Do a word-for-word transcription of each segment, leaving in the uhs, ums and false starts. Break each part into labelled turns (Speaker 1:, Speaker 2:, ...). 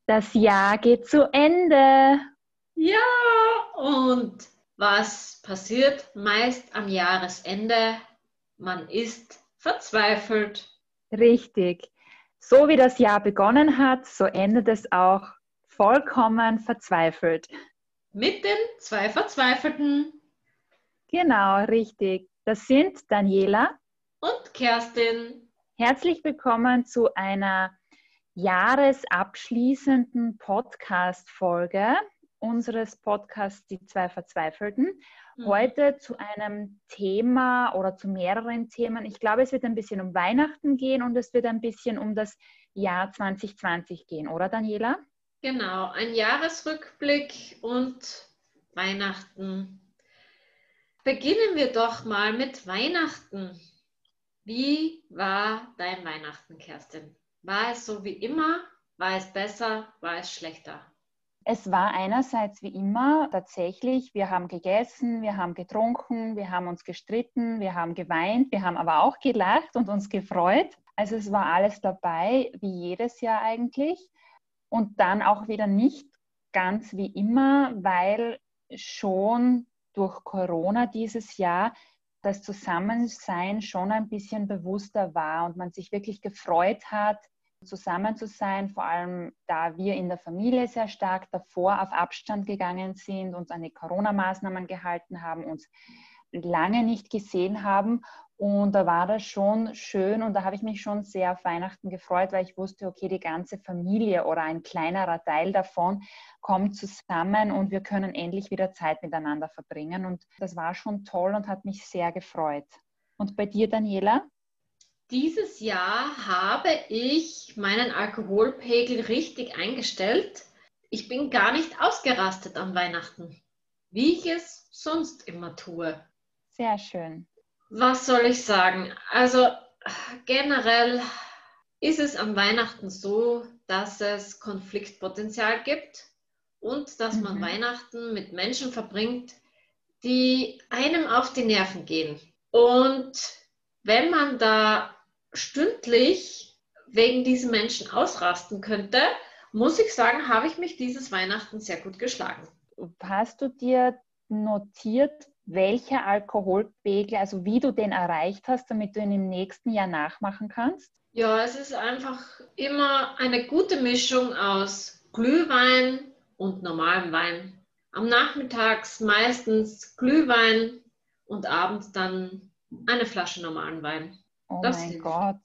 Speaker 1: Das Jahr geht zu Ende.
Speaker 2: Ja, und was passiert meist am Jahresende? Man ist verzweifelt.
Speaker 1: Richtig. So wie das Jahr begonnen hat, so endet es auch vollkommen verzweifelt.
Speaker 2: Mit den zwei Verzweifelten
Speaker 1: Genau, richtig. Das sind Daniela.
Speaker 2: und Kerstin.
Speaker 1: Herzlich willkommen zu einer jahresabschließenden Podcast-Folge unseres Podcasts Die zwei Verzweifelten.
Speaker 2: Mhm.
Speaker 1: Heute zu einem Thema oder zu mehreren Themen. Ich glaube, es wird ein bisschen um Weihnachten gehen und es wird ein bisschen um das Jahr zwanzig zwanzig gehen, oder Daniela?
Speaker 2: Genau, ein Jahresrückblick und Weihnachten. Beginnen wir doch mal mit Weihnachten. Wie war dein Weihnachten, Kerstin? War es so wie immer? War es besser? War es schlechter?
Speaker 1: Es war einerseits wie immer tatsächlich, wir haben gegessen, wir haben getrunken, wir haben uns gestritten, wir haben geweint, wir haben aber auch gelacht und uns gefreut. Also es war alles dabei, wie jedes Jahr eigentlich. Und dann auch wieder nicht ganz wie immer, weil schon durch Corona dieses Jahr das Zusammensein schon ein bisschen bewusster war und man sich wirklich gefreut hat, zusammen zu sein, vor allem da wir in der Familie sehr stark davor auf Abstand gegangen sind, uns an die Corona-Maßnahmen gehalten haben, uns lange nicht gesehen haben. Und da war das schon schön und da habe ich mich schon sehr auf Weihnachten gefreut, weil ich wusste, okay, die ganze Familie oder ein kleinerer Teil davon kommt zusammen und wir können endlich wieder Zeit miteinander verbringen. Und das war schon toll und hat mich sehr gefreut. Und bei dir, Daniela?
Speaker 2: Dieses Jahr habe ich meinen Alkoholpegel richtig eingestellt. Ich bin gar nicht ausgerastet an Weihnachten, wie ich es sonst immer tue.
Speaker 1: Sehr schön.
Speaker 2: Was soll ich sagen? Also generell ist es am Weihnachten so, dass es Konfliktpotenzial gibt und dass man
Speaker 1: Mhm.
Speaker 2: Weihnachten mit Menschen verbringt, die einem auf die Nerven gehen. Und wenn man da stündlich wegen diesen Menschen ausrasten könnte, muss ich sagen, habe ich mich dieses Weihnachten sehr gut geschlagen.
Speaker 1: Hast du dir notiert, welcher Alkoholpegel, also wie du den erreicht hast, damit du ihn im nächsten Jahr nachmachen kannst?
Speaker 2: Ja, es ist einfach immer eine gute Mischung aus Glühwein und normalem Wein. Am Nachmittags meistens Glühwein und abends dann eine Flasche normalen Wein.
Speaker 1: Oh
Speaker 2: Das
Speaker 1: mein
Speaker 2: hilft.
Speaker 1: Gott,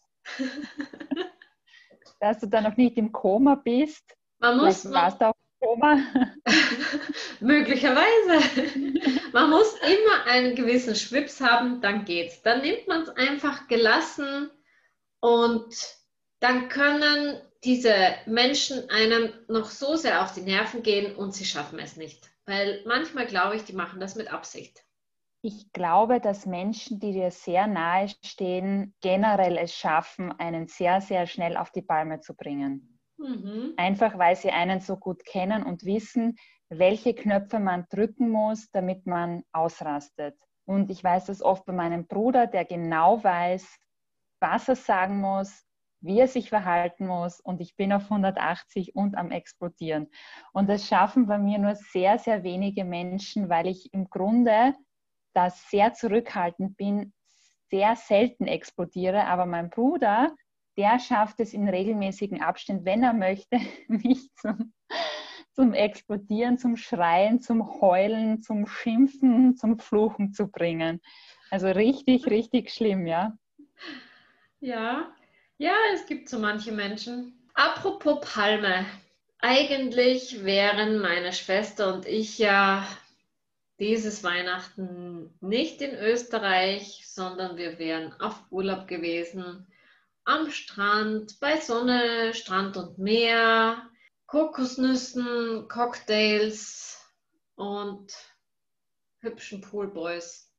Speaker 1: dass du da noch nicht im Koma bist.
Speaker 2: Man
Speaker 1: Vielleicht
Speaker 2: muss, man,
Speaker 1: warst du auch im Koma.
Speaker 2: möglicherweise, man muss immer einen gewissen Schwips haben, dann geht's. Dann nimmt man es einfach gelassen und dann können diese Menschen einem noch so sehr auf die Nerven gehen und sie schaffen es nicht. Weil manchmal glaube ich, die machen das mit Absicht.
Speaker 1: Ich glaube, dass Menschen, die dir sehr nahe stehen, generell es schaffen, einen sehr, sehr schnell auf die Palme zu bringen.
Speaker 2: Mhm.
Speaker 1: Einfach weil sie einen so gut kennen und wissen, welche Knöpfe man drücken muss, damit man ausrastet. Und ich weiß das oft bei meinem Bruder, der genau weiß, was er sagen muss, wie er sich verhalten muss und ich bin auf hundertachtzig und am Explodieren. Und das schaffen bei mir nur sehr, sehr wenige Menschen, weil ich im Grunde da sehr zurückhaltend bin, sehr selten explodiere, aber mein Bruder, der schafft es in regelmäßigen Abständen, wenn er möchte, mich zum, zum Explodieren, zum Schreien, zum Heulen, zum Schimpfen, zum Fluchen zu bringen. Also richtig, richtig schlimm, ja.
Speaker 2: Ja, ja, es gibt so manche Menschen. Apropos Palme. Eigentlich wären meine Schwester und ich ja dieses Weihnachten nicht in Österreich, sondern wir wären auf Urlaub gewesen. Am Strand, bei Sonne, Strand und Meer, Kokosnüssen, Cocktails und hübschen Poolboys.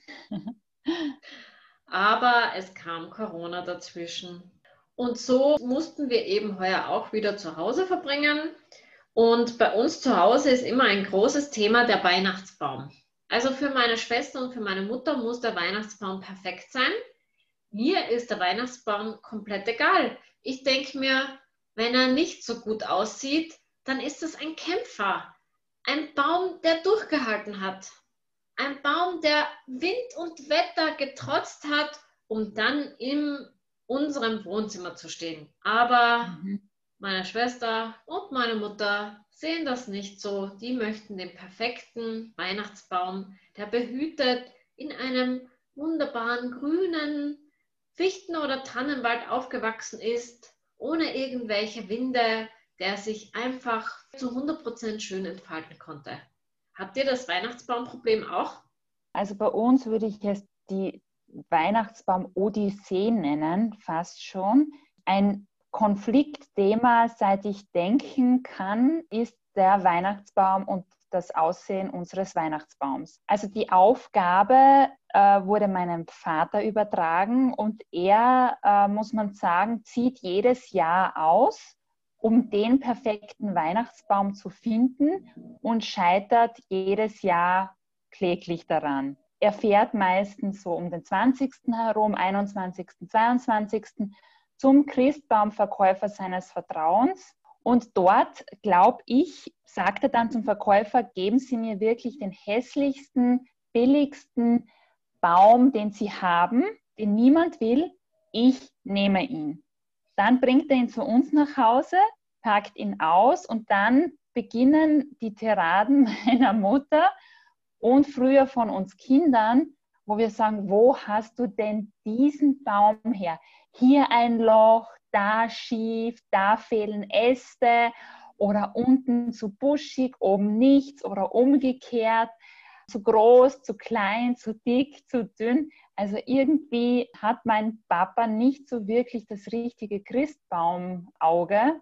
Speaker 2: Aber es kam Corona dazwischen. Und so mussten wir eben heuer auch wieder zu Hause verbringen. Und bei uns zu Hause ist immer ein großes Thema der Weihnachtsbaum. Also für meine Schwester und für meine Mutter muss der Weihnachtsbaum perfekt sein. Mir ist der Weihnachtsbaum komplett egal. Ich denke mir, Wenn er nicht so gut aussieht, dann ist es ein Kämpfer. Ein Baum, der durchgehalten hat. Ein Baum, der Wind und Wetter getrotzt hat, um dann in unserem Wohnzimmer zu stehen. Aber
Speaker 1: Mhm.
Speaker 2: meine Schwester und meine Mutter sehen das nicht so. Die möchten den perfekten Weihnachtsbaum, der behütet in einem wunderbaren grünen Fichten- oder Tannenwald aufgewachsen ist, ohne irgendwelche Winde, der sich einfach zu hundert Prozent schön entfalten konnte. Habt ihr das Weihnachtsbaumproblem auch?
Speaker 1: Also bei uns würde ich es die Weihnachtsbaum-Odyssee nennen, fast schon. Ein Konfliktthema, seit ich denken kann, ist der Weihnachtsbaum und das Aussehen unseres Weihnachtsbaums. Also die Aufgabe äh, wurde meinem Vater übertragen und er, äh, muss man sagen, zieht jedes Jahr aus, um den perfekten Weihnachtsbaum zu finden und scheitert jedes Jahr kläglich daran. Er fährt meistens so um den zwanzigsten herum, einundzwanzigsten, zweiundzwanzigsten zum Christbaumverkäufer seines Vertrauens. Und dort, glaube ich, sagt er dann zum Verkäufer, geben Sie mir wirklich den hässlichsten, billigsten Baum, den Sie haben, den niemand will. Ich nehme ihn. Dann bringt er ihn zu uns nach Hause, packt ihn aus und dann beginnen die Tiraden meiner Mutter und früher von uns Kindern, wo wir sagen, wo hast du denn diesen Baum her? Hier ein Loch, da schief, da fehlen Äste oder unten zu buschig, oben nichts oder umgekehrt, zu groß, zu klein, zu dick, zu dünn. Also irgendwie hat mein Papa nicht so wirklich das richtige Christbaumauge.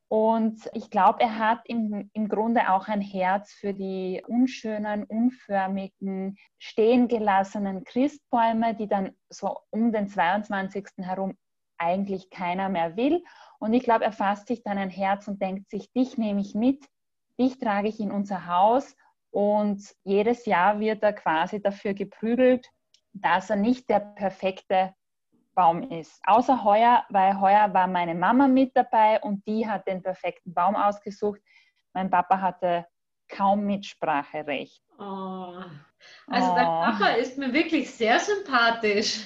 Speaker 1: Und ich glaube, er hat im, im Grunde auch ein Herz für die unschönen, unförmigen, stehen gelassenen Christbäume, die dann so um den zweiundzwanzigsten herum eigentlich keiner mehr will. Und ich glaube, er fasst sich dann ein Herz und denkt sich, dich nehme ich mit, dich trage ich in unser Haus. Und jedes Jahr wird er quasi dafür geprügelt, dass er nicht der perfekte Baum ist. Außer heuer, weil heuer war meine Mama mit dabei und die hat den perfekten Baum ausgesucht. Mein Papa hatte kaum Mitspracherecht.
Speaker 2: Oh. Also dein
Speaker 1: Oh.
Speaker 2: Papa ist mir wirklich sehr sympathisch.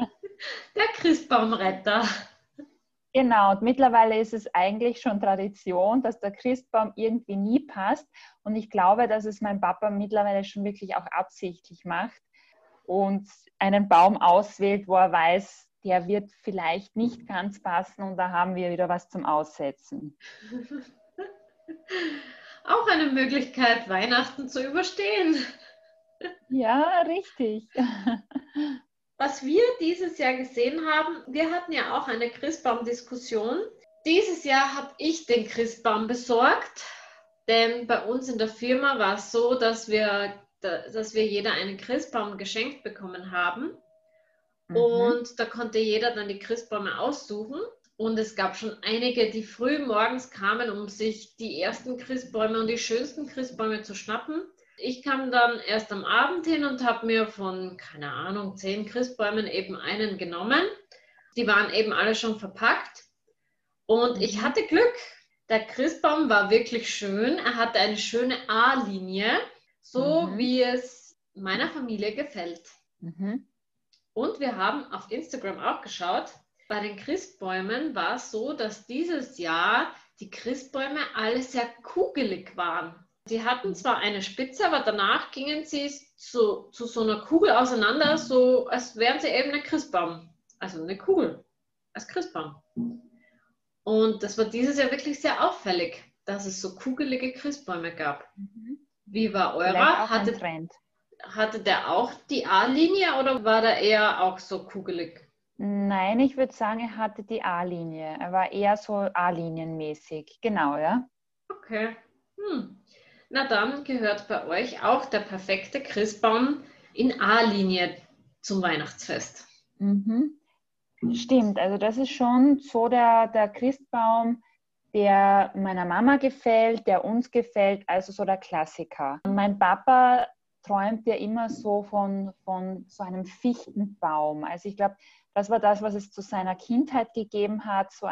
Speaker 2: Der Christbaumretter.
Speaker 1: Genau, und mittlerweile ist es eigentlich schon Tradition, dass der Christbaum irgendwie nie passt. Und ich glaube, dass es mein Papa mittlerweile schon wirklich auch absichtlich macht und einen Baum auswählt, wo er weiß, der wird vielleicht nicht ganz passen und da haben wir wieder was zum Aussetzen.
Speaker 2: Auch eine Möglichkeit, Weihnachten zu überstehen.
Speaker 1: Ja, richtig.
Speaker 2: Was wir dieses Jahr gesehen haben, wir hatten ja auch eine Christbaum-Diskussion. Dieses Jahr habe ich den Christbaum besorgt, denn bei uns in der Firma war es so, dass wir, dass wir jeder einen Christbaum geschenkt bekommen haben.
Speaker 1: Mhm.
Speaker 2: Und da konnte jeder dann die Christbäume aussuchen. Und es gab schon einige, die früh morgens kamen, um sich die ersten Christbäume und die schönsten Christbäume zu schnappen. Ich kam dann erst am Abend hin und habe mir von, keine Ahnung, zehn Christbäumen eben einen genommen. Die waren eben alle schon verpackt. Und ich
Speaker 1: Mhm.
Speaker 2: hatte Glück. Der Christbaum war wirklich schön. Er hatte eine schöne A-Linie, so
Speaker 1: Mhm.
Speaker 2: wie es meiner Familie gefällt.
Speaker 1: Mhm.
Speaker 2: Und wir haben auf Instagram auch geschaut. Bei den Christbäumen war es so, dass dieses Jahr die Christbäume alle sehr kugelig waren. Sie hatten zwar eine Spitze, aber danach gingen sie zu, zu so einer Kugel auseinander, so als wären sie eben ein Christbaum. Also eine Kugel als Christbaum. Und das war dieses Jahr wirklich sehr auffällig, dass es so kugelige Christbäume gab.
Speaker 1: Mhm.
Speaker 2: Wie war
Speaker 1: Vielleicht
Speaker 2: eurer?
Speaker 1: auch ein
Speaker 2: Hatte,
Speaker 1: Trend.
Speaker 2: hatte der auch die A-Linie oder war der eher auch so kugelig?
Speaker 1: Nein, ich würde sagen, er hatte die A-Linie. Er war eher so A-Linienmäßig. Genau, ja.
Speaker 2: Okay. Hm. Na dann gehört bei euch auch der perfekte Christbaum in A-Linie zum Weihnachtsfest.
Speaker 1: Mhm. Stimmt, also das ist schon so der, der Christbaum, der meiner Mama gefällt, der uns gefällt, also so der Klassiker. Und mein Papa träumt ja immer so von, von so einem Fichtenbaum. Also ich glaube, das war das, was es zu seiner Kindheit gegeben hat, so eine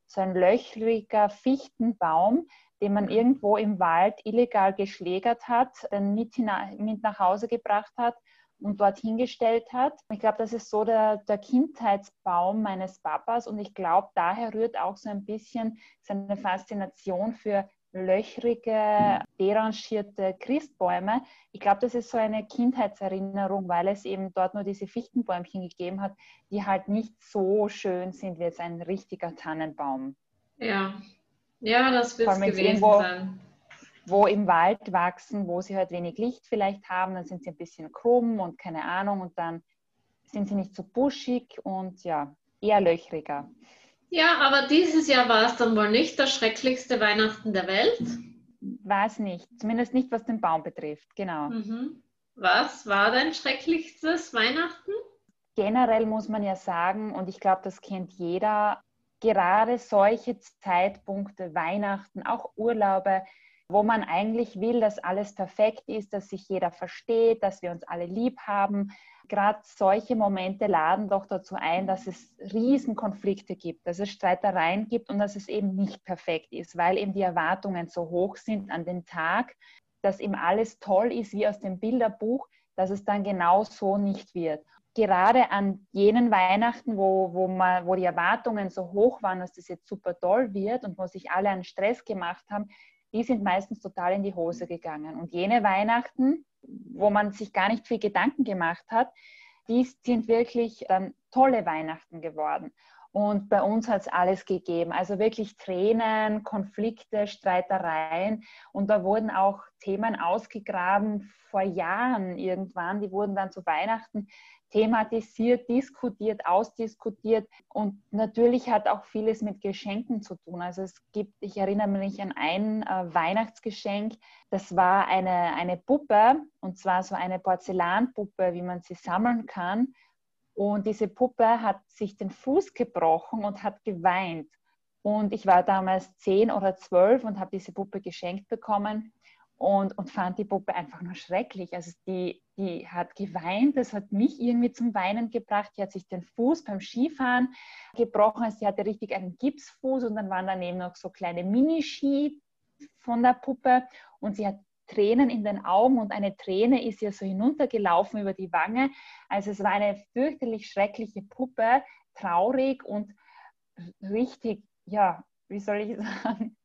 Speaker 1: so ein löchriger Fichtenbaum, den man irgendwo im Wald illegal geschlägert hat, dann mit, mit nach Hause gebracht hat und dort hingestellt hat. Ich glaube, das ist so der, der Kindheitsbaum meines Papas und ich glaube, daher rührt auch so ein bisschen seine Faszination für löchrige, derangierte Christbäume. Ich glaube, das ist so eine Kindheitserinnerung, weil es eben dort nur diese Fichtenbäumchen gegeben hat, die halt nicht so schön sind wie jetzt ein richtiger Tannenbaum.
Speaker 2: Ja, ja, das wird es gewesen
Speaker 1: irgendwo,
Speaker 2: sein.
Speaker 1: Wo im Wald wachsen, wo sie halt wenig Licht vielleicht haben, dann sind sie ein bisschen krumm und keine Ahnung und dann sind sie nicht so buschig und ja, eher löchriger.
Speaker 2: Ja, aber dieses Jahr war es dann wohl nicht das schrecklichste Weihnachten der Welt?
Speaker 1: Weiß nicht, zumindest nicht, was den Baum betrifft, genau.
Speaker 2: Mhm. Was war dein schrecklichstes Weihnachten?
Speaker 1: Generell muss man ja sagen, und ich glaube, das kennt jeder, gerade solche Zeitpunkte, Weihnachten, auch Urlaube, wo man eigentlich will, dass alles perfekt ist, dass sich jeder versteht, dass wir uns alle lieb haben. Gerade solche Momente laden doch dazu ein, dass es Riesenkonflikte gibt, dass es Streitereien gibt und dass es eben nicht perfekt ist, weil eben die Erwartungen so hoch sind an den Tag, dass eben alles toll ist wie aus dem Bilderbuch, dass es dann genau so nicht wird. Gerade an jenen Weihnachten, wo, wo, man, wo die Erwartungen so hoch waren, dass das jetzt super toll wird und wo sich alle einen Stress gemacht haben, die sind meistens total in die Hose gegangen. Und jene Weihnachten, wo man sich gar nicht viel Gedanken gemacht hat, die sind wirklich dann tolle Weihnachten geworden. Und bei uns hat es alles gegeben. Also wirklich Tränen, Konflikte, Streitereien. Und da wurden auch Themen ausgegraben vor Jahren irgendwann. Die wurden dann zu Weihnachten thematisiert, diskutiert, ausdiskutiert. Und natürlich hat auch vieles mit Geschenken zu tun. Also es gibt, ich erinnere mich an ein äh, Weihnachtsgeschenk, das war eine, eine Puppe, und zwar so eine Porzellanpuppe, wie man sie sammeln kann. Und diese Puppe hat sich den Fuß gebrochen und hat geweint. Und ich war damals zehn oder zwölf und habe diese Puppe geschenkt bekommen. Und, und fand die Puppe einfach nur schrecklich. Also die, die hat geweint, das hat mich irgendwie zum Weinen gebracht. Die hat sich den Fuß beim Skifahren gebrochen. Also sie hatte richtig einen Gipsfuß und dann waren daneben noch so kleine Miniski von der Puppe und sie hat Tränen in den Augen und eine Träne ist ihr so hinuntergelaufen über die Wange. Also es war eine fürchterlich schreckliche Puppe, traurig und richtig, ja, wie soll ich sagen,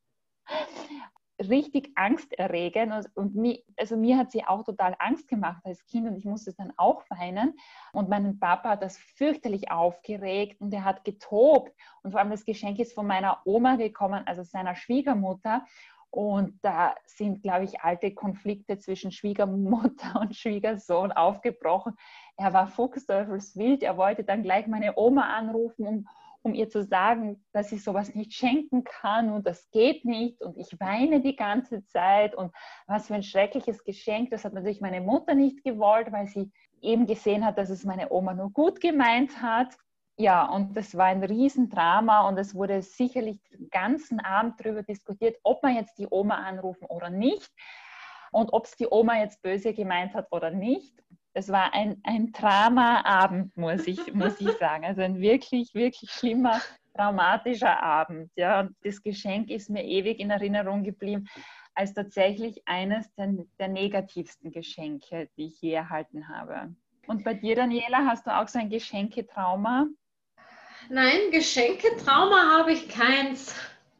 Speaker 1: richtig angsterregend und, und mir, also mir hat sie auch total Angst gemacht als Kind und ich musste dann auch weinen und mein Papa hat das fürchterlich aufgeregt und er hat getobt und vor allem das Geschenk ist von meiner Oma gekommen, also seiner Schwiegermutter und da sind, glaube ich, alte Konflikte zwischen Schwiegermutter und Schwiegersohn aufgebrochen. Er war fuchsteufelswild, er wollte dann gleich meine Oma anrufen, um um ihr zu sagen, dass ich sowas nicht schenken kann und das geht nicht und ich weine die ganze Zeit und was für ein schreckliches Geschenk. Das hat natürlich meine Mutter nicht gewollt, weil sie eben gesehen hat, dass es meine Oma nur gut gemeint hat. Ja, und das war ein Riesendrama und es wurde sicherlich den ganzen Abend darüber diskutiert, ob man jetzt die Oma anrufen oder nicht und ob es die Oma jetzt böse gemeint hat oder nicht. Es war ein, ein Drama-Abend, muss ich, muss ich sagen. Also ein wirklich, wirklich schlimmer, traumatischer Abend. Ja. Und das Geschenk ist mir ewig in Erinnerung geblieben als tatsächlich eines der, der negativsten Geschenke, die ich je erhalten habe. Und bei dir, Daniela, hast du auch so ein Geschenketrauma?
Speaker 2: Nein, Geschenketrauma habe ich keins.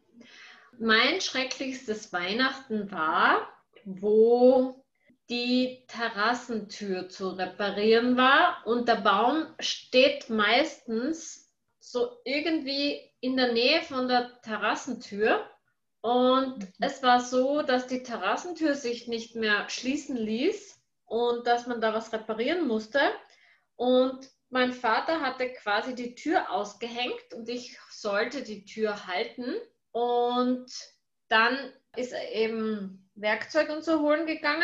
Speaker 2: Mein schrecklichstes Weihnachten war, wo die Terrassentür zu reparieren war und der Baum steht meistens so irgendwie in der Nähe von der Terrassentür und mhm. es war so, dass die Terrassentür sich nicht mehr schließen ließ und dass man da was reparieren musste und mein Vater hatte quasi die Tür ausgehängt und ich sollte die Tür halten und dann ist er eben Werkzeug und so holen gegangen.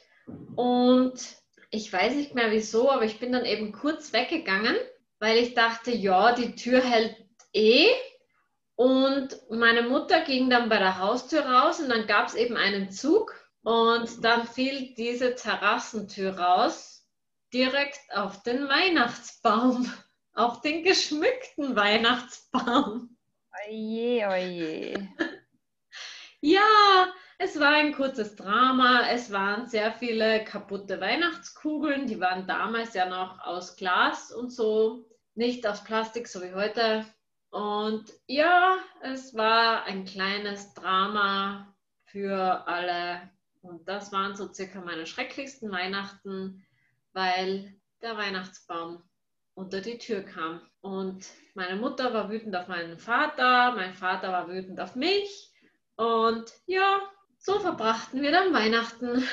Speaker 2: Und ich weiß nicht mehr wieso, aber ich bin dann eben kurz weggegangen, weil ich dachte, ja, die Tür hält eh. Und meine Mutter ging dann bei der Haustür raus und dann gab es eben einen Zug und dann fiel diese Terrassentür raus, direkt auf den Weihnachtsbaum, auf den geschmückten Weihnachtsbaum.
Speaker 1: Oje, oje.
Speaker 2: Ja, es war ein kurzes Drama. Es waren sehr viele kaputte Weihnachtskugeln. Die waren damals ja noch aus Glas und so, nicht aus Plastik, so wie heute. Und ja, es war ein kleines Drama für alle. Und das waren so circa meine schrecklichsten Weihnachten, weil der Weihnachtsbaum unter die Tür kam. Und meine Mutter war wütend auf meinen Vater, mein Vater war wütend auf mich. Und ja, so verbrachten wir dann Weihnachten.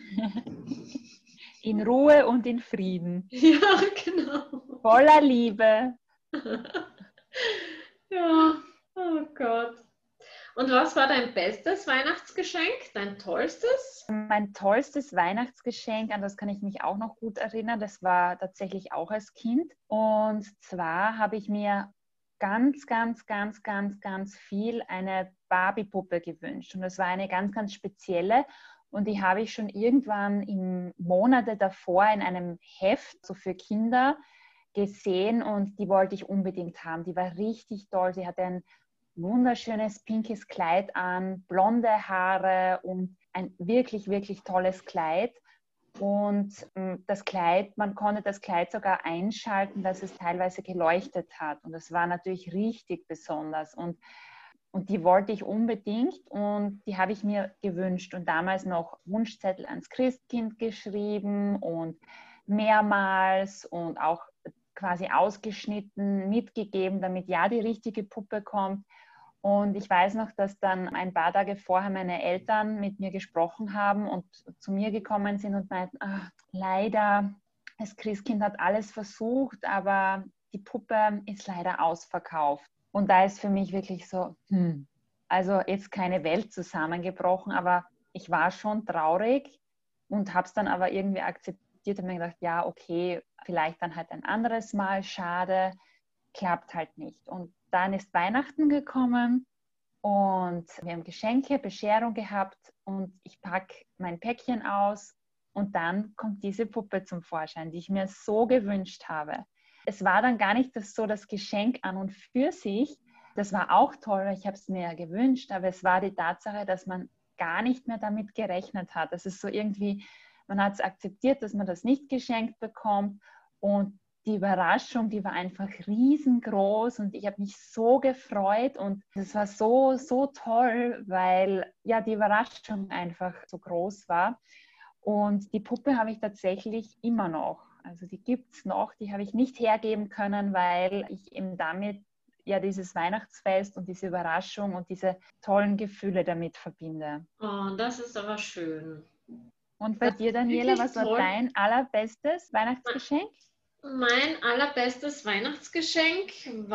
Speaker 1: In Ruhe und in Frieden.
Speaker 2: Ja, genau.
Speaker 1: Voller Liebe.
Speaker 2: Ja, oh Gott. Und was war dein bestes Weihnachtsgeschenk? Dein tollstes?
Speaker 1: Mein tollstes Weihnachtsgeschenk, an das kann ich mich auch noch gut erinnern, das war tatsächlich auch als Kind. Und zwar habe ich mir ganz, ganz, ganz, ganz, ganz viel eine Barbie-Puppe gewünscht. Und das war eine ganz, ganz spezielle. Und die habe ich schon irgendwann im Monate davor in einem Heft, so für Kinder, gesehen. Und die wollte ich unbedingt haben. Die war richtig toll. Sie hatte ein wunderschönes pinkes Kleid an, blonde Haare und ein wirklich, wirklich tolles Kleid. Und das Kleid, man konnte das Kleid sogar einschalten, dass es teilweise geleuchtet hat. Und das war natürlich richtig besonders. Und, und die wollte ich unbedingt und die habe ich mir gewünscht. Und damals noch Wunschzettel ans Christkind geschrieben und mehrmals und auch quasi ausgeschnitten, mitgegeben, damit ja die richtige Puppe kommt. Und ich weiß noch, dass dann ein paar Tage vorher meine Eltern mit mir gesprochen haben und zu mir gekommen sind und meinten, ach, leider, das Christkind hat alles versucht, aber die Puppe ist leider ausverkauft. Und da ist für mich wirklich so, hm, also jetzt keine Welt zusammengebrochen, aber ich war schon traurig und habe es dann aber irgendwie akzeptiert und mir gedacht, ja, okay, vielleicht dann halt ein anderes Mal, schade, klappt halt nicht. Und dann ist Weihnachten gekommen und wir haben Geschenke, Bescherung gehabt und ich packe mein Päckchen aus und dann kommt diese Puppe zum Vorschein, die ich mir so gewünscht habe. Es war dann gar nicht das, so das Geschenk an und für sich, das war auch toll, ich habe es mir gewünscht, aber es war die Tatsache, dass man gar nicht mehr damit gerechnet hat. Das ist so irgendwie, man hat es akzeptiert, dass man das nicht geschenkt bekommt und die Überraschung, die war einfach riesengroß und ich habe mich so gefreut und es war so, so toll, weil ja die Überraschung einfach so groß war. Und die Puppe habe ich tatsächlich immer noch. Also die gibt es noch, die habe ich nicht hergeben können, weil ich eben damit ja dieses Weihnachtsfest und diese Überraschung und diese tollen Gefühle damit verbinde.
Speaker 2: Oh, das ist aber schön.
Speaker 1: Und bei
Speaker 2: Das
Speaker 1: dir,
Speaker 2: ist
Speaker 1: Daniela,
Speaker 2: wirklich
Speaker 1: was war
Speaker 2: toll.
Speaker 1: dein allerbestes Weihnachtsgeschenk?
Speaker 2: Mein allerbestes Weihnachtsgeschenk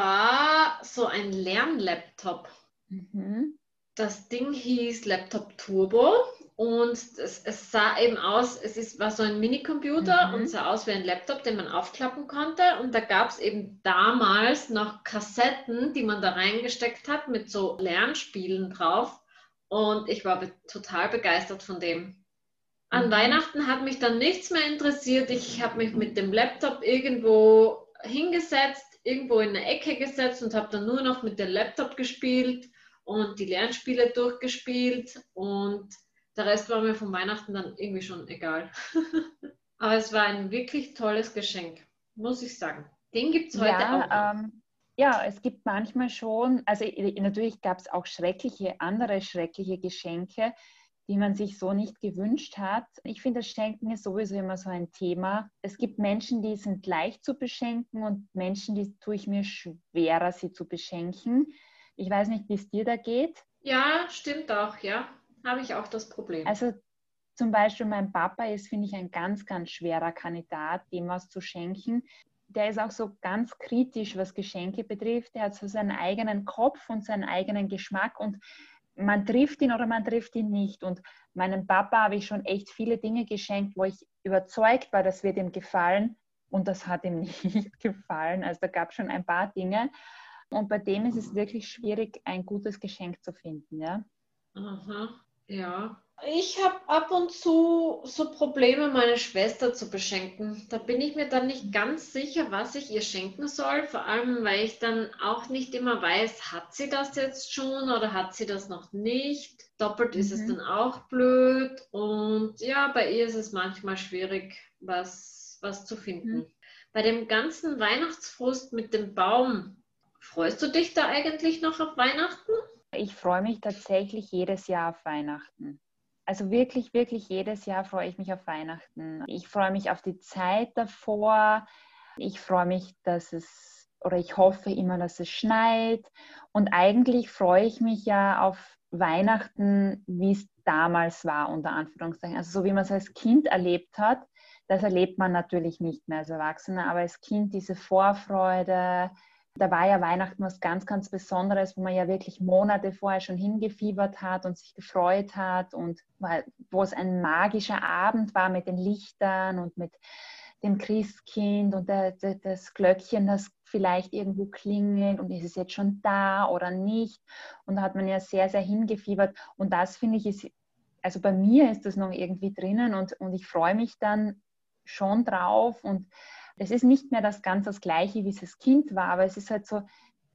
Speaker 2: war so ein Lernlaptop.
Speaker 1: Mhm.
Speaker 2: Das Ding hieß Laptop Turbo und es, es sah eben aus, es ist, war so ein Minicomputer und
Speaker 1: Mhm.
Speaker 2: sah aus wie ein Laptop, den man aufklappen konnte. Und da gab es eben damals noch Kassetten, die man da reingesteckt hat mit so Lernspielen drauf. Und ich war be total begeistert von dem. An
Speaker 1: Mhm.
Speaker 2: Weihnachten hat mich dann nichts mehr interessiert. Ich habe mich mit dem Laptop irgendwo hingesetzt, irgendwo in eine Ecke gesetzt und habe dann nur noch mit dem Laptop gespielt und die Lernspiele durchgespielt und der Rest war mir von Weihnachten dann irgendwie schon egal. Aber es war ein wirklich tolles Geschenk, muss ich sagen. Den gibt es heute auch noch.
Speaker 1: Ja, ähm, ja, es gibt manchmal schon, also i- natürlich gab es auch schreckliche, andere schreckliche Geschenke, die man sich so nicht gewünscht hat. Ich finde, das Schenken ist sowieso immer so ein Thema. Es gibt Menschen, die sind leicht zu beschenken und Menschen, die tue ich mir schwerer, sie zu beschenken. Ich weiß nicht, wie es dir da geht.
Speaker 2: Ja, stimmt auch, ja. Habe ich auch das Problem.
Speaker 1: Also zum Beispiel mein Papa ist, finde ich, ein ganz, ganz schwerer Kandidat, dem was zu schenken. Der ist auch so ganz kritisch, was Geschenke betrifft. Der hat so seinen eigenen Kopf und seinen eigenen Geschmack und man trifft ihn oder man trifft ihn nicht. Und meinem Papa habe ich schon echt viele Dinge geschenkt, wo ich überzeugt war, das wird ihm gefallen und das hat ihm nicht gefallen. Also da gab es schon ein paar Dinge. Und bei dem ist es wirklich schwierig, ein gutes Geschenk zu finden. Ja?
Speaker 2: Aha, ja. Ich habe ab und zu so Probleme, meine Schwester zu beschenken. Da bin ich mir dann nicht ganz sicher, was ich ihr schenken soll. Vor allem, weil ich dann auch nicht immer weiß, hat sie das jetzt schon oder hat sie das noch nicht. Doppelt ist es dann
Speaker 1: Mhm.
Speaker 2: auch blöd. Und ja, bei ihr ist es manchmal schwierig, was, was zu
Speaker 1: Mhm.
Speaker 2: finden. Bei dem ganzen Weihnachtsfrust mit dem Baum, freust du dich da eigentlich noch auf Weihnachten?
Speaker 1: Ich freue mich tatsächlich jedes Jahr auf Weihnachten. Also wirklich, wirklich jedes Jahr freue ich mich auf Weihnachten. Ich freue mich auf die Zeit davor. Ich freue mich, dass es, oder ich hoffe immer, dass es schneit. Und eigentlich freue ich mich ja auf Weihnachten, wie es damals war, unter Anführungszeichen. Also so wie man es als Kind erlebt hat, das erlebt man natürlich nicht mehr als Erwachsener. Aber als Kind diese Vorfreude, da war ja Weihnachten was ganz, ganz Besonderes, wo man ja wirklich Monate vorher schon hingefiebert hat und sich gefreut hat und weil, wo es ein magischer Abend war mit den Lichtern und mit dem Christkind und der, der, das Glöckchen, das vielleicht irgendwo klingelt und ist es jetzt schon da oder nicht. Und da hat man ja sehr, sehr hingefiebert. Und das finde ich ist, also bei mir ist das noch irgendwie drinnen und, und ich freue mich dann schon drauf und es ist nicht mehr das ganz das Gleiche, wie es als Kind war, aber es ist halt so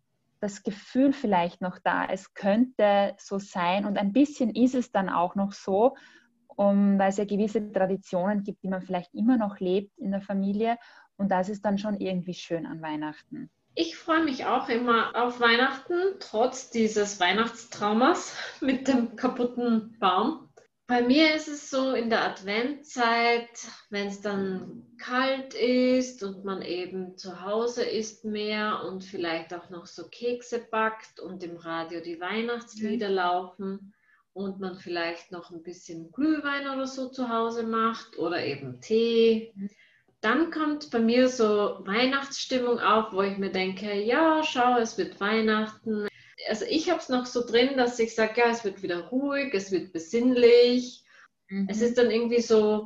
Speaker 1: das Gefühl vielleicht noch da. Es könnte so sein und ein bisschen ist es dann auch noch so, um, weil es ja gewisse Traditionen gibt, die man vielleicht immer noch lebt in der Familie und das ist dann schon irgendwie schön an Weihnachten.
Speaker 2: Ich freue mich auch immer auf Weihnachten, trotz dieses Weihnachtstraumas mit dem kaputten Baum. Bei mir ist es so in der Adventzeit, wenn es dann kalt ist und man eben zu Hause ist mehr und vielleicht auch noch so Kekse backt und im Radio die
Speaker 1: Mhm.
Speaker 2: Weihnachtslieder laufen und man vielleicht noch ein bisschen Glühwein oder so zu Hause macht oder eben Tee. Dann kommt bei mir so Weihnachtsstimmung auf, wo ich mir denke, ja, schau, es wird Weihnachten. Also ich habe es noch so drin, dass ich sage, ja, es wird wieder ruhig, es wird besinnlich. Es ist
Speaker 1: Mhm.
Speaker 2: dann irgendwie so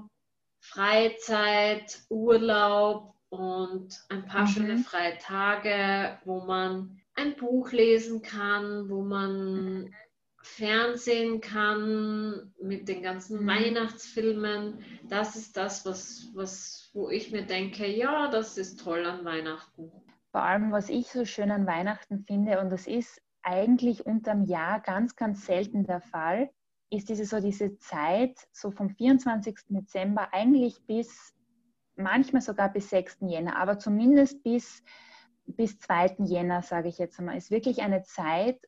Speaker 2: Freizeit, Urlaub und ein paar schöne
Speaker 1: Mhm.
Speaker 2: freie Tage, wo man ein Buch lesen kann, wo
Speaker 1: Mhm.
Speaker 2: man Fernsehen kann mit den ganzen
Speaker 1: Mhm.
Speaker 2: Weihnachtsfilmen. Das ist das, was, was, wo ich mir denke, ja, das ist toll an Weihnachten.
Speaker 1: Vor allem, was ich so schön an Weihnachten finde, und das ist eigentlich unterm Jahr ganz, ganz selten der Fall, ist diese so diese Zeit, so vom vierundzwanzigsten Dezember eigentlich bis, manchmal sogar bis sechsten Jänner, aber zumindest bis, bis zweiten Jänner, sage ich jetzt einmal, ist wirklich eine Zeit,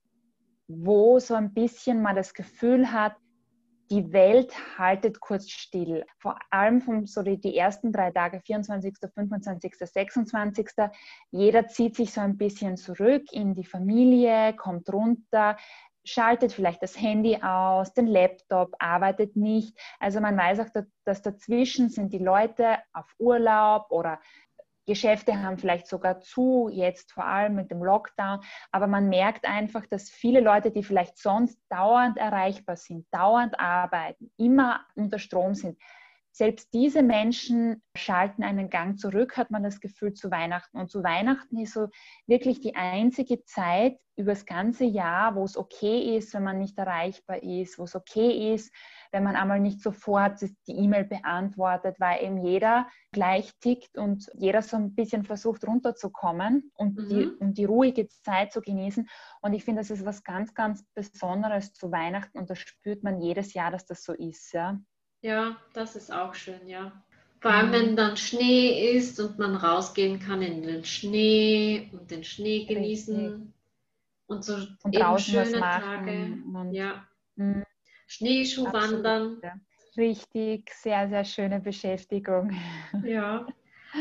Speaker 1: wo so ein bisschen man das Gefühl hat, die Welt haltet kurz still. Vor allem vom, so die, die ersten drei Tage, vierundzwanzigsten, fünfundzwanzigsten, sechsundzwanzigsten Jeder zieht sich so ein bisschen zurück in die Familie, kommt runter, schaltet vielleicht das Handy aus, den Laptop, arbeitet nicht. Also man weiß auch, dass dazwischen sind die Leute auf Urlaub oder Geschäfte haben vielleicht sogar zu, jetzt vor allem mit dem Lockdown. Aber man merkt einfach, dass viele Leute, die vielleicht sonst dauernd erreichbar sind, dauernd arbeiten, immer unter Strom sind, selbst diese Menschen schalten einen Gang zurück, hat man das Gefühl, zu Weihnachten. Und zu Weihnachten ist so wirklich die einzige Zeit über das ganze Jahr, wo es okay ist, wenn man nicht erreichbar ist, wo es okay ist, wenn man einmal nicht sofort die E-Mail beantwortet, weil eben jeder gleich tickt und jeder so ein bisschen versucht runterzukommen und die,
Speaker 2: Mhm.
Speaker 1: und die ruhige Zeit zu genießen. Und ich finde, das ist was ganz, ganz Besonderes zu Weihnachten und das spürt man jedes Jahr, dass das so ist. Ja.
Speaker 2: Ja, das ist auch schön, ja. Vor allem, wenn
Speaker 1: Mhm.
Speaker 2: dann Schnee ist und man rausgehen kann in den Schnee und den Schnee
Speaker 1: Richtig.
Speaker 2: genießen und so
Speaker 1: Und
Speaker 2: eben
Speaker 1: draußen was
Speaker 2: schöne Tage.
Speaker 1: machen und
Speaker 2: Ja,
Speaker 1: mh,
Speaker 2: Schneeschuh
Speaker 1: absolut.
Speaker 2: wandern.
Speaker 1: Ja. Richtig, sehr, sehr schöne Beschäftigung.
Speaker 2: Ja.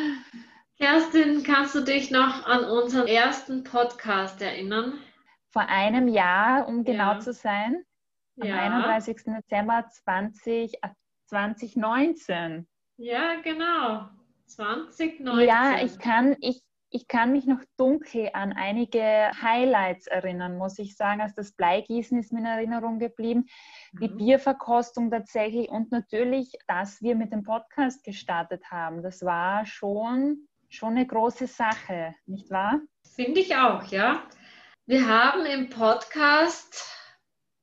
Speaker 2: Kerstin, kannst du dich noch an unseren ersten Podcast erinnern?
Speaker 1: Vor einem Jahr, um genau
Speaker 2: Ja,
Speaker 1: zu sein, am
Speaker 2: ja,
Speaker 1: einunddreißigsten Dezember zwanzig, äh, zwanzig neunzehn.
Speaker 2: ja, genau.
Speaker 1: Ja, ich
Speaker 2: zwanzig neunzehn.
Speaker 1: kann, ich, ich kann mich noch dunkel an einige Highlights erinnern, muss ich sagen. Also das Bleigießen ist mir in Erinnerung geblieben, die
Speaker 2: Mhm.
Speaker 1: Bierverkostung tatsächlich und natürlich, dass wir mit dem Podcast gestartet haben. Das war schon, schon eine große Sache, nicht wahr?
Speaker 2: Finde ich auch, ja. Wir haben im Podcast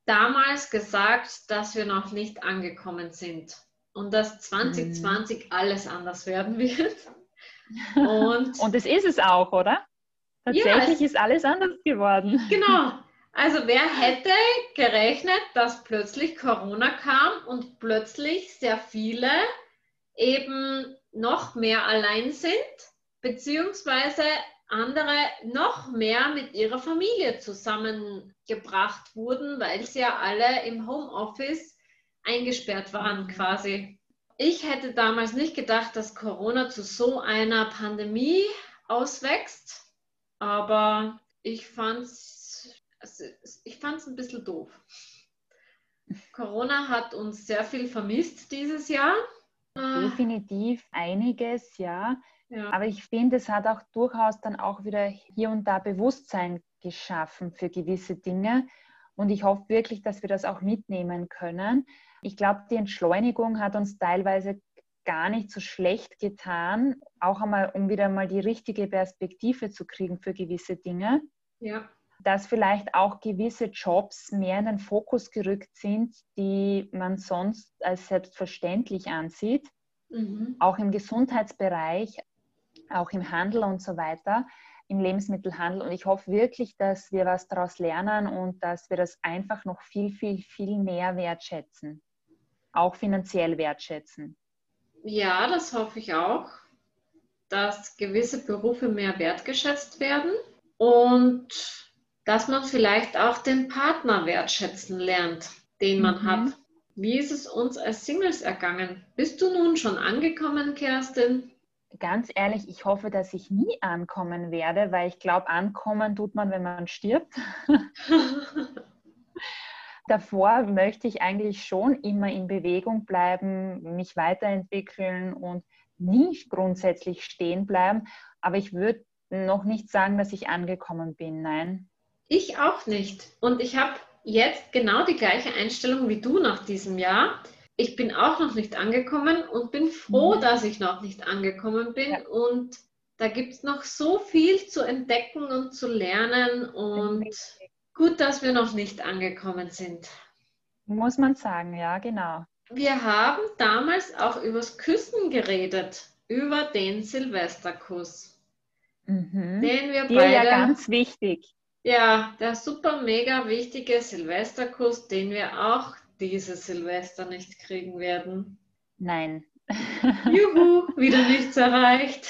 Speaker 2: damals gesagt, dass wir noch nicht angekommen sind und dass zwanzig zwanzig mhm. alles anders werden wird.
Speaker 1: Und, und das ist es auch, oder? Tatsächlich ja, ist alles anders geworden.
Speaker 2: Genau. Also wer hätte gerechnet, dass plötzlich Corona kam und plötzlich sehr viele eben noch mehr allein sind, beziehungsweise andere noch mehr mit ihrer Familie zusammengebracht wurden, weil sie ja alle im Homeoffice eingesperrt waren quasi. Ich hätte damals nicht gedacht, dass Corona zu so einer Pandemie auswächst, aber ich fand es ich fand's ein bisschen doof. Corona hat uns sehr viel vermisst dieses Jahr.
Speaker 1: Definitiv einiges, ja. ja. Aber ich finde, es hat auch durchaus dann auch wieder hier und da Bewusstsein geschaffen für gewisse Dinge. Und ich hoffe wirklich, dass wir das auch mitnehmen können. Ich glaube, die Entschleunigung hat uns teilweise gar nicht so schlecht getan, auch einmal, um wieder mal die richtige Perspektive zu kriegen für gewisse Dinge.
Speaker 2: Ja.
Speaker 1: Dass vielleicht auch gewisse Jobs mehr in den Fokus gerückt sind, die man sonst als selbstverständlich ansieht, mhm. auch im Gesundheitsbereich, auch im Handel und so weiter, im Lebensmittelhandel. Und ich hoffe wirklich, dass wir was daraus lernen und dass wir das einfach noch viel, viel, viel mehr wertschätzen, auch finanziell wertschätzen.
Speaker 2: Ja, das hoffe ich auch, dass gewisse Berufe mehr wertgeschätzt werden und dass man vielleicht auch den Partner wertschätzen lernt, den man mhm. hat. Wie ist es uns als Singles ergangen? Bist du nun schon angekommen, Kerstin?
Speaker 1: Ganz ehrlich, ich hoffe, dass ich nie ankommen werde, weil ich glaube, ankommen tut man, wenn man stirbt. Davor möchte ich eigentlich schon immer in Bewegung bleiben, mich weiterentwickeln und nicht grundsätzlich stehen bleiben. Aber ich würde noch nicht sagen, dass ich angekommen bin, nein.
Speaker 2: Ich auch nicht. Und ich habe jetzt genau die gleiche Einstellung wie du nach diesem Jahr. Ich bin auch noch nicht angekommen und bin froh, mhm. dass ich noch nicht angekommen bin. Ja. Und da gibt es noch so viel zu entdecken und zu lernen. Und gut, dass wir noch nicht angekommen sind.
Speaker 1: Muss man sagen, ja, genau.
Speaker 2: Wir haben damals auch übers Küssen geredet, über den Silvesterkuss.
Speaker 1: Mhm. Den wir Dir beide, ja ganz wichtig.
Speaker 2: Ja, der super mega wichtige Silvesterkuss, den wir auch dieses Silvester nicht kriegen werden.
Speaker 1: Nein.
Speaker 2: Juhu, wieder nichts erreicht.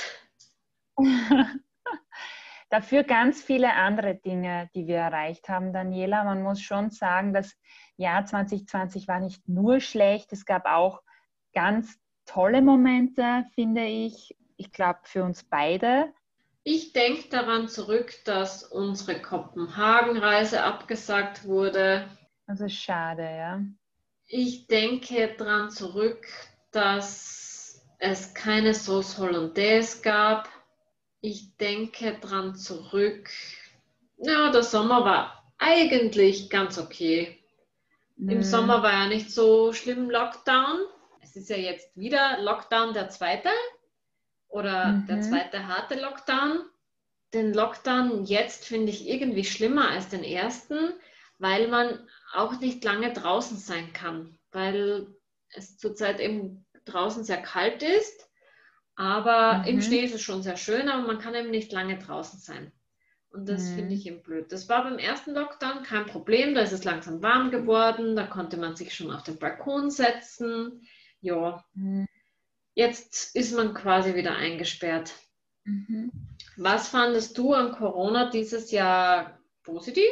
Speaker 1: Dafür ganz viele andere Dinge, die wir erreicht haben, Daniela. Man muss schon sagen, das Jahr zwanzig zwanzig war nicht nur schlecht, es gab auch ganz tolle Momente, finde ich. Ich glaube, für uns beide.
Speaker 2: Ich denke daran zurück, dass unsere Kopenhagen-Reise abgesagt wurde.
Speaker 1: Das ist schade, ja.
Speaker 2: Ich denke daran zurück, dass es keine Sauce Hollandaise gab. Ich denke daran zurück, ja, der Sommer war eigentlich ganz okay. Mhm. Im Sommer war ja nicht so schlimm Lockdown. Es ist ja jetzt wieder Lockdown der zweite. Oder mhm. der zweite harte Lockdown. Den Lockdown jetzt finde ich irgendwie schlimmer als den ersten, weil man auch nicht lange draußen sein kann, weil es zurzeit eben draußen sehr kalt ist, aber mhm. im Schnee ist es schon sehr schön, aber man kann eben nicht lange draußen sein. Und das mhm. finde ich eben blöd. Das war beim ersten Lockdown kein Problem, da ist es langsam warm geworden, da konnte man sich schon auf den Balkon setzen. Ja. Mhm. Jetzt ist man quasi wieder eingesperrt. Mhm. Was fandest du an Corona dieses Jahr positiv?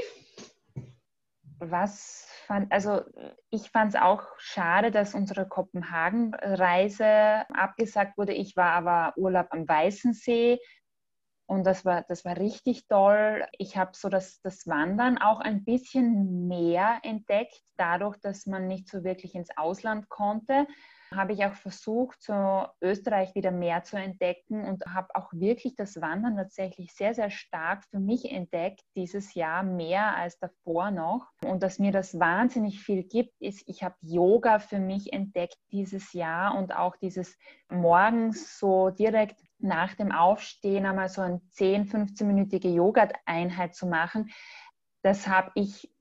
Speaker 1: Was fand, also ich fand es auch schade, dass unsere Kopenhagen-Reise abgesagt wurde. Ich war aber Urlaub am Weißensee und das war, das war richtig toll. Ich habe so das, das Wandern auch ein bisschen mehr entdeckt, dadurch, dass man nicht so wirklich ins Ausland konnte. Habe ich auch versucht, so Österreich wieder mehr zu entdecken und habe auch wirklich das Wandern tatsächlich sehr, sehr stark für mich entdeckt dieses Jahr, mehr als davor noch. Und dass mir das wahnsinnig viel gibt, ist, ich habe Yoga für mich entdeckt dieses Jahr und auch dieses morgens so direkt nach dem Aufstehen einmal so eine zehn-, fünfzehn-minütige Yoga-Einheit zu machen. Das habe ich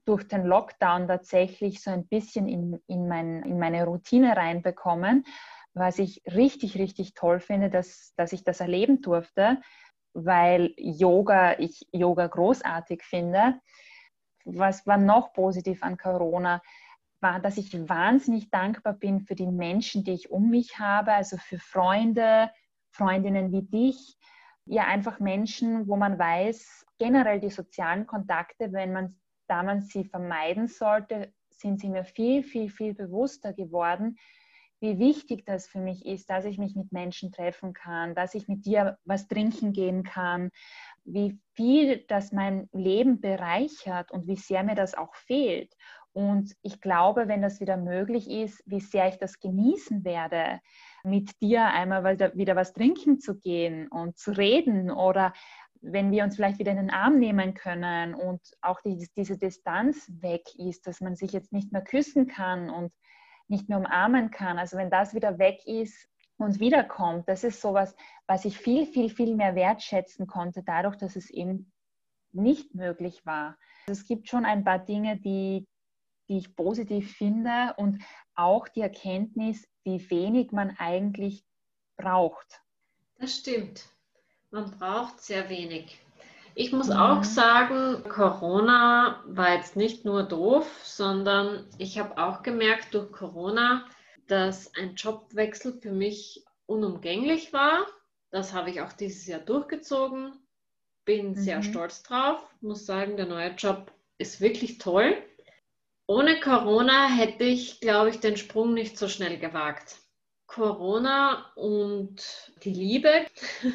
Speaker 1: durch den Lockdown tatsächlich so ein bisschen in, in, mein, in meine Routine reinbekommen, was ich richtig, richtig toll finde, dass, dass ich das erleben durfte, weil Yoga, ich Yoga großartig finde. Was war noch positiv an Corona? War, dass ich wahnsinnig dankbar bin für die Menschen, die ich um mich habe, also für Freunde, Freundinnen wie dich, ja einfach Menschen, wo man weiß, generell die sozialen Kontakte, wenn man, da man sie vermeiden sollte, sind sie mir viel, viel, viel bewusster geworden, wie wichtig das für mich ist, dass ich mich mit Menschen treffen kann, dass ich mit dir was trinken gehen kann, wie viel das mein Leben bereichert und wie sehr mir das auch fehlt. Und ich glaube, wenn das wieder möglich ist, wie sehr ich das genießen werde, mit dir einmal wieder was trinken zu gehen und zu reden oder wenn wir uns vielleicht wieder in den Arm nehmen können und auch die, diese Distanz weg ist, dass man sich jetzt nicht mehr küssen kann und nicht mehr umarmen kann. Also wenn das wieder weg ist und wiederkommt, das ist sowas, was ich viel, viel, viel mehr wertschätzen konnte, dadurch, dass es eben nicht möglich war. Also es gibt schon ein paar Dinge, die, die ich positiv finde und auch die Erkenntnis, wie wenig man eigentlich braucht.
Speaker 2: Das stimmt. Man braucht sehr wenig. Ich muss
Speaker 1: Mhm.
Speaker 2: auch sagen, Corona war jetzt nicht nur doof, sondern ich habe auch gemerkt durch Corona, dass ein Jobwechsel für mich unumgänglich war. Das habe ich auch dieses Jahr durchgezogen. Bin mhm. sehr stolz drauf. Muss sagen, der neue Job ist wirklich toll. Ohne Corona hätte ich, glaube ich, den Sprung nicht so schnell gewagt. Corona und die Liebe.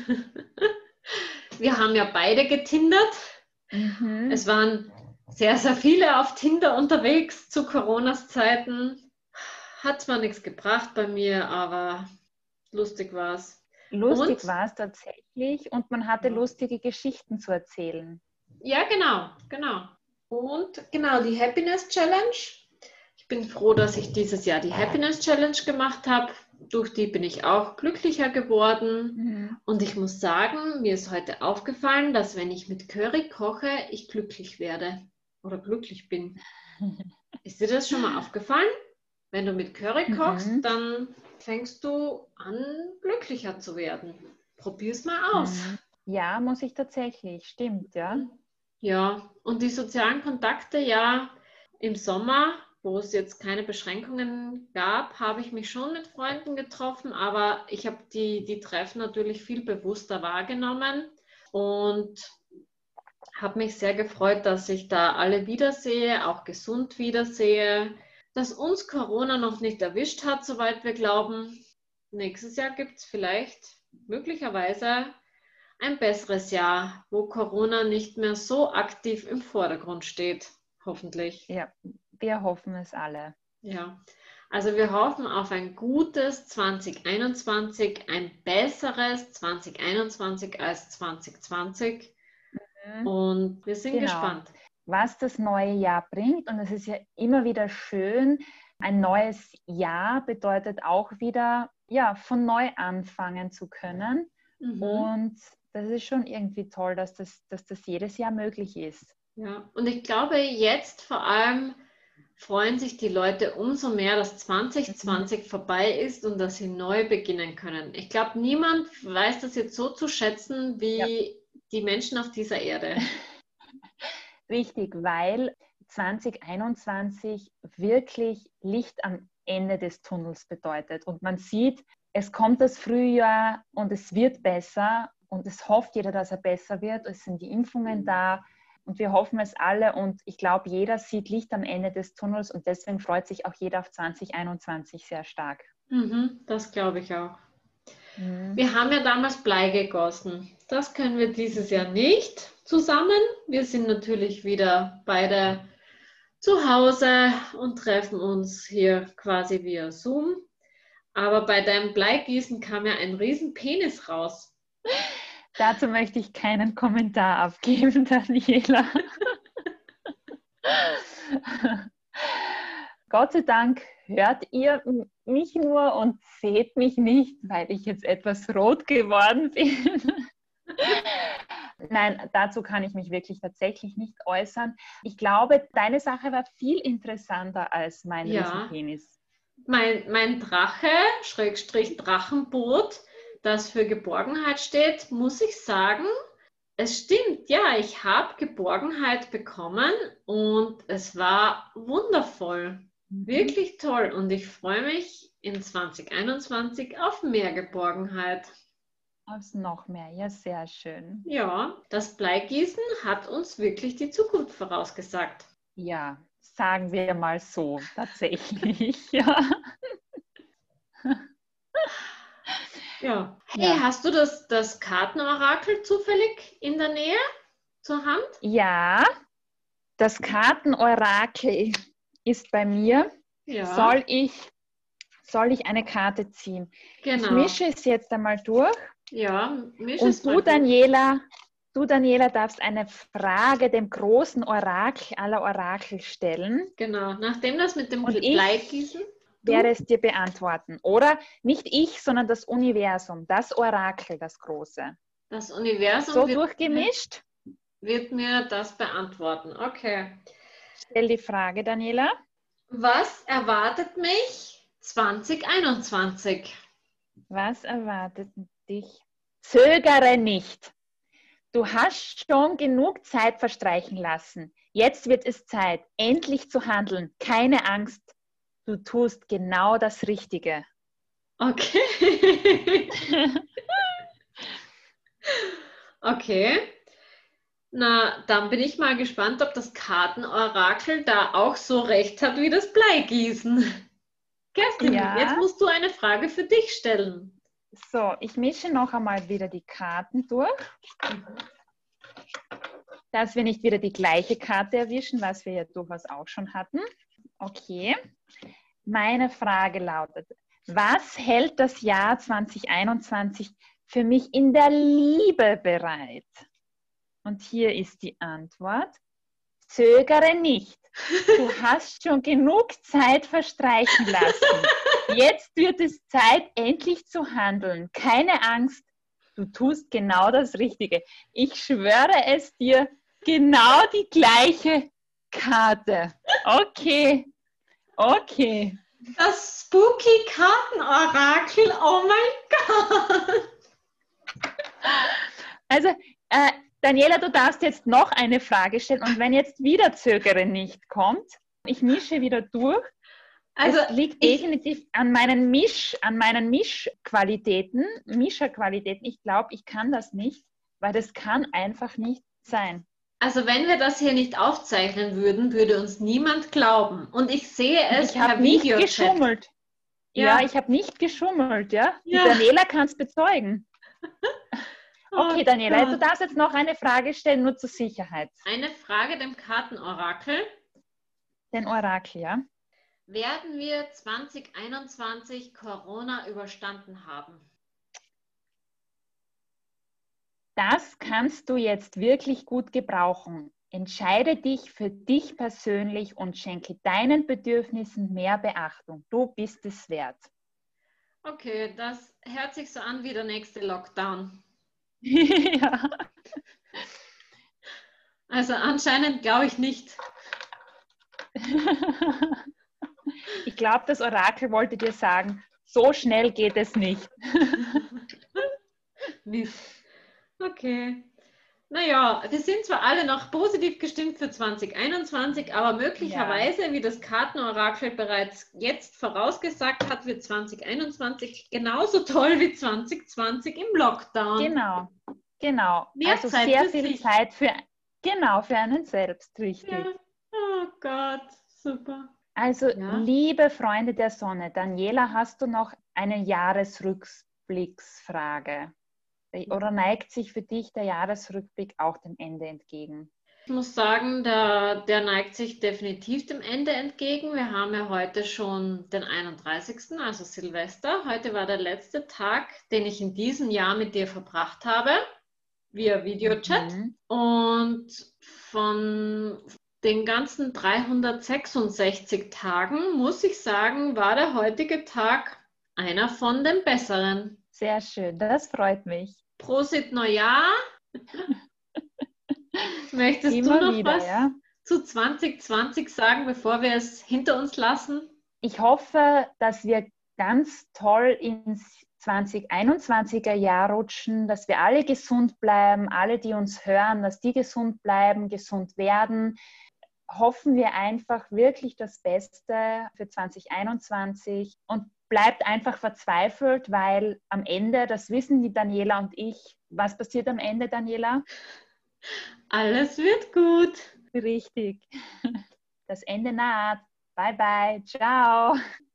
Speaker 2: Wir haben ja beide getindert. Mhm. Es waren sehr, sehr viele auf Tinder unterwegs zu Coronas Zeiten. Hat zwar nichts gebracht bei mir, aber lustig war es.
Speaker 1: Lustig war es tatsächlich und man hatte ja. lustige Geschichten zu erzählen.
Speaker 2: Ja, genau, genau. Und genau, die Happiness Challenge. Ich bin froh, dass ich dieses Jahr die Happiness Challenge gemacht habe. Durch die bin ich auch glücklicher geworden. Mhm. Und ich muss sagen, mir ist heute aufgefallen, dass wenn ich mit Curry koche, ich glücklich werde oder glücklich bin. Ist dir das schon mal aufgefallen? Wenn du mit Curry kochst, mhm. dann fängst du an, glücklicher zu werden. Probier's mal aus.
Speaker 1: Ja, muss ich tatsächlich. Stimmt, ja.
Speaker 2: Ja, und die sozialen Kontakte, ja, im Sommer, wo es jetzt keine Beschränkungen gab, habe ich mich schon mit Freunden getroffen, aber ich habe die, die Treffen natürlich viel bewusster wahrgenommen und habe mich sehr gefreut, dass ich da alle wiedersehe, auch gesund wiedersehe, dass uns Corona noch nicht erwischt hat, soweit wir glauben. Nächstes Jahr gibt es vielleicht möglicherweise ein besseres Jahr, wo Corona nicht mehr so aktiv im Vordergrund steht, hoffentlich.
Speaker 1: Ja, wir hoffen es alle.
Speaker 2: Ja, also wir hoffen auf ein gutes zwanzig einundzwanzig, ein besseres zwanzig einundzwanzig als zwanzig zwanzig. Mhm. Und wir sind genau. gespannt.
Speaker 1: Was das neue Jahr bringt, und es ist ja immer wieder schön, ein neues Jahr bedeutet auch wieder, ja, von neu anfangen zu können. Mhm. Und das ist schon irgendwie toll, dass das, dass das jedes Jahr möglich ist.
Speaker 2: Ja, und ich glaube, jetzt vor allem freuen sich die Leute umso mehr, dass zwanzig zwanzig mhm. vorbei ist und dass sie neu beginnen können. Ich glaube, niemand weiß das jetzt so zu schätzen wie ja. die Menschen auf dieser Erde.
Speaker 1: Richtig, weil zwanzig einundzwanzig wirklich Licht am Ende des Tunnels bedeutet. Und man sieht, es kommt das Frühjahr und es wird besser und es hofft jeder, dass er besser wird. Es sind die Impfungen da und wir hoffen es alle und ich glaube, jeder sieht Licht am Ende des Tunnels und deswegen freut sich auch jeder auf zwanzig einundzwanzig sehr stark.
Speaker 2: Mhm, das glaube ich auch. Mhm. Wir haben ja damals Blei gegossen. Das können wir dieses Jahr nicht zusammen. Wir sind natürlich wieder beide zu Hause und treffen uns hier quasi via Zoom. Aber bei deinem Bleigießen kam ja ein riesen Penis raus.
Speaker 1: Dazu möchte ich keinen Kommentar abgeben, Daniela. Gott sei Dank hört ihr mich nur und seht mich nicht, weil ich jetzt etwas rot geworden bin. Nein, dazu kann ich mich wirklich tatsächlich nicht äußern. Ich glaube, deine Sache war viel interessanter als mein
Speaker 2: Ja,
Speaker 1: Riesenpenis.
Speaker 2: mein, mein Drache, Schrägstrich Drachenboot, das für Geborgenheit steht, muss ich sagen, es stimmt, ja, ich habe Geborgenheit bekommen und es war wundervoll,
Speaker 1: Mhm.
Speaker 2: wirklich toll und ich freue mich in zwanzig einundzwanzig auf mehr Geborgenheit.
Speaker 1: Aufs noch mehr, ja, sehr schön.
Speaker 2: Ja, das Bleigießen hat uns wirklich die Zukunft vorausgesagt.
Speaker 1: Ja, sagen wir mal so, tatsächlich. Ja.
Speaker 2: Ja. Hey,
Speaker 1: Ja.
Speaker 2: hast du das, das Kartenorakel zufällig in der Nähe zur Hand?
Speaker 1: Ja, das Kartenorakel ist bei mir.
Speaker 2: Ja,
Speaker 1: Soll ich, soll ich eine Karte ziehen? Ich
Speaker 2: genau.
Speaker 1: mische es jetzt einmal durch.
Speaker 2: Ja, misch es
Speaker 1: Und
Speaker 2: mal
Speaker 1: du,
Speaker 2: durch.
Speaker 1: Daniela, du, Daniela, darfst eine Frage dem großen Orakel aller Orakel stellen.
Speaker 2: Genau, nachdem das mit dem
Speaker 1: Und ich
Speaker 2: Bleigießen. Du?
Speaker 1: werde es dir beantworten. Oder nicht ich, sondern das Universum, das Orakel, das große.
Speaker 2: Das Universum
Speaker 1: So
Speaker 2: wird,
Speaker 1: durchgemischt?
Speaker 2: wird mir das beantworten. Okay.
Speaker 1: Stell die Frage, Daniela.
Speaker 2: Was erwartet mich zwanzig einundzwanzig?
Speaker 1: Was erwartet dich? Zögere nicht. Du hast schon genug Zeit verstreichen lassen. Jetzt wird es Zeit, endlich zu handeln. Keine Angst. Du tust genau das Richtige.
Speaker 2: Okay. Okay. Na, dann bin ich mal gespannt, ob das Kartenorakel da auch so recht hat wie das Bleigießen. Kerstin,
Speaker 1: Ja.
Speaker 2: jetzt musst du eine Frage für dich stellen.
Speaker 1: So, ich mische noch einmal wieder die Karten durch, dass wir nicht wieder die gleiche Karte erwischen, was wir ja durchaus auch schon hatten. Okay. Meine Frage lautet, was hält das Jahr zwanzig einundzwanzig für mich in der Liebe bereit? Und hier ist die Antwort. Zögere nicht. Du hast schon genug Zeit verstreichen lassen. Jetzt wird es Zeit, endlich zu handeln. Keine Angst, du tust genau das Richtige. Ich schwöre es dir, genau die gleiche Karte. Okay, okay.
Speaker 2: Das Spooky Kartenorakel, oh mein Gott.
Speaker 1: Also, äh, Daniela, du darfst jetzt noch eine Frage stellen und wenn jetzt wieder Zögere nicht kommt, ich mische wieder durch.
Speaker 2: Also
Speaker 1: es liegt
Speaker 2: ich,
Speaker 1: definitiv an meinen Misch, an meinen Mischqualitäten, Mischerqualitäten. Ich glaube, ich kann das nicht, weil das kann einfach nicht sein.
Speaker 2: also wenn wir das hier nicht aufzeichnen würden, würde uns niemand glauben. Und ich sehe es
Speaker 1: Ich habe
Speaker 2: per
Speaker 1: nicht
Speaker 2: Videochat.
Speaker 1: geschummelt.
Speaker 2: Ja.
Speaker 1: Ja, ich habe nicht geschummelt, ja.
Speaker 2: Ja.
Speaker 1: Die Daniela kann es bezeugen. Okay,
Speaker 2: Oh
Speaker 1: Daniela,
Speaker 2: Gott.
Speaker 1: du darfst jetzt noch eine Frage stellen, nur zur Sicherheit.
Speaker 2: Eine Frage dem Kartenorakel.
Speaker 1: Den Orakel, ja.
Speaker 2: Werden wir zwanzig einundzwanzig Corona überstanden haben?
Speaker 1: Das kannst du jetzt wirklich gut gebrauchen. Entscheide dich für dich persönlich und schenke deinen Bedürfnissen mehr Beachtung. Du bist es wert.
Speaker 2: Okay, das hört sich so an wie der nächste Lockdown.
Speaker 1: Ja.
Speaker 2: Also anscheinend glaube ich nicht.
Speaker 1: Ich glaube, das Orakel wollte dir sagen, so schnell geht es nicht.
Speaker 2: Mist. Okay. Naja, wir sind zwar alle noch positiv gestimmt für zwanzig einundzwanzig, aber möglicherweise, ja, wie das Kartenorakel bereits jetzt vorausgesagt hat, wird zwanzig einundzwanzig genauso toll wie zwanzig zwanzig im Lockdown.
Speaker 1: Genau, genau.
Speaker 2: Mehr
Speaker 1: also
Speaker 2: Zeit
Speaker 1: sehr
Speaker 2: für
Speaker 1: viel
Speaker 2: sich.
Speaker 1: Zeit für, genau, für einen selbst, richtig.
Speaker 2: Ja. Oh Gott, super.
Speaker 1: Also,
Speaker 2: Ja.
Speaker 1: liebe Freunde der Sonne, Daniela, hast du noch eine Jahresrückblicksfrage? Oder neigt sich für dich der Jahresrückblick auch dem Ende entgegen?
Speaker 2: Ich muss sagen, der, der neigt sich definitiv dem Ende entgegen. Wir haben ja heute schon den einunddreißigsten, also Silvester. Heute war der letzte Tag, den ich in diesem Jahr mit dir verbracht habe, via Videochat.
Speaker 1: Mhm.
Speaker 2: Und von den ganzen dreihundertsechsundsechzig Tagen, muss ich sagen, war der heutige Tag einer von den besseren.
Speaker 1: Sehr schön, das freut mich.
Speaker 2: Prosit Neujahr. Möchtest
Speaker 1: Immer
Speaker 2: du noch
Speaker 1: wieder,
Speaker 2: was
Speaker 1: ja.
Speaker 2: zu zwanzig zwanzig sagen, bevor wir es hinter uns lassen?
Speaker 1: Ich hoffe, dass wir ganz toll ins zwanzig einundzwanziger Jahr rutschen, dass wir alle gesund bleiben, alle, die uns hören, dass die gesund bleiben, gesund werden. Hoffen wir einfach wirklich das Beste für zwanzig einundzwanzig und bleibt einfach verzweifelt, weil am Ende, das wissen die Daniela und ich, was passiert am Ende, Daniela?
Speaker 2: Alles wird gut.
Speaker 1: Richtig. Das Ende naht. Bye bye. Ciao.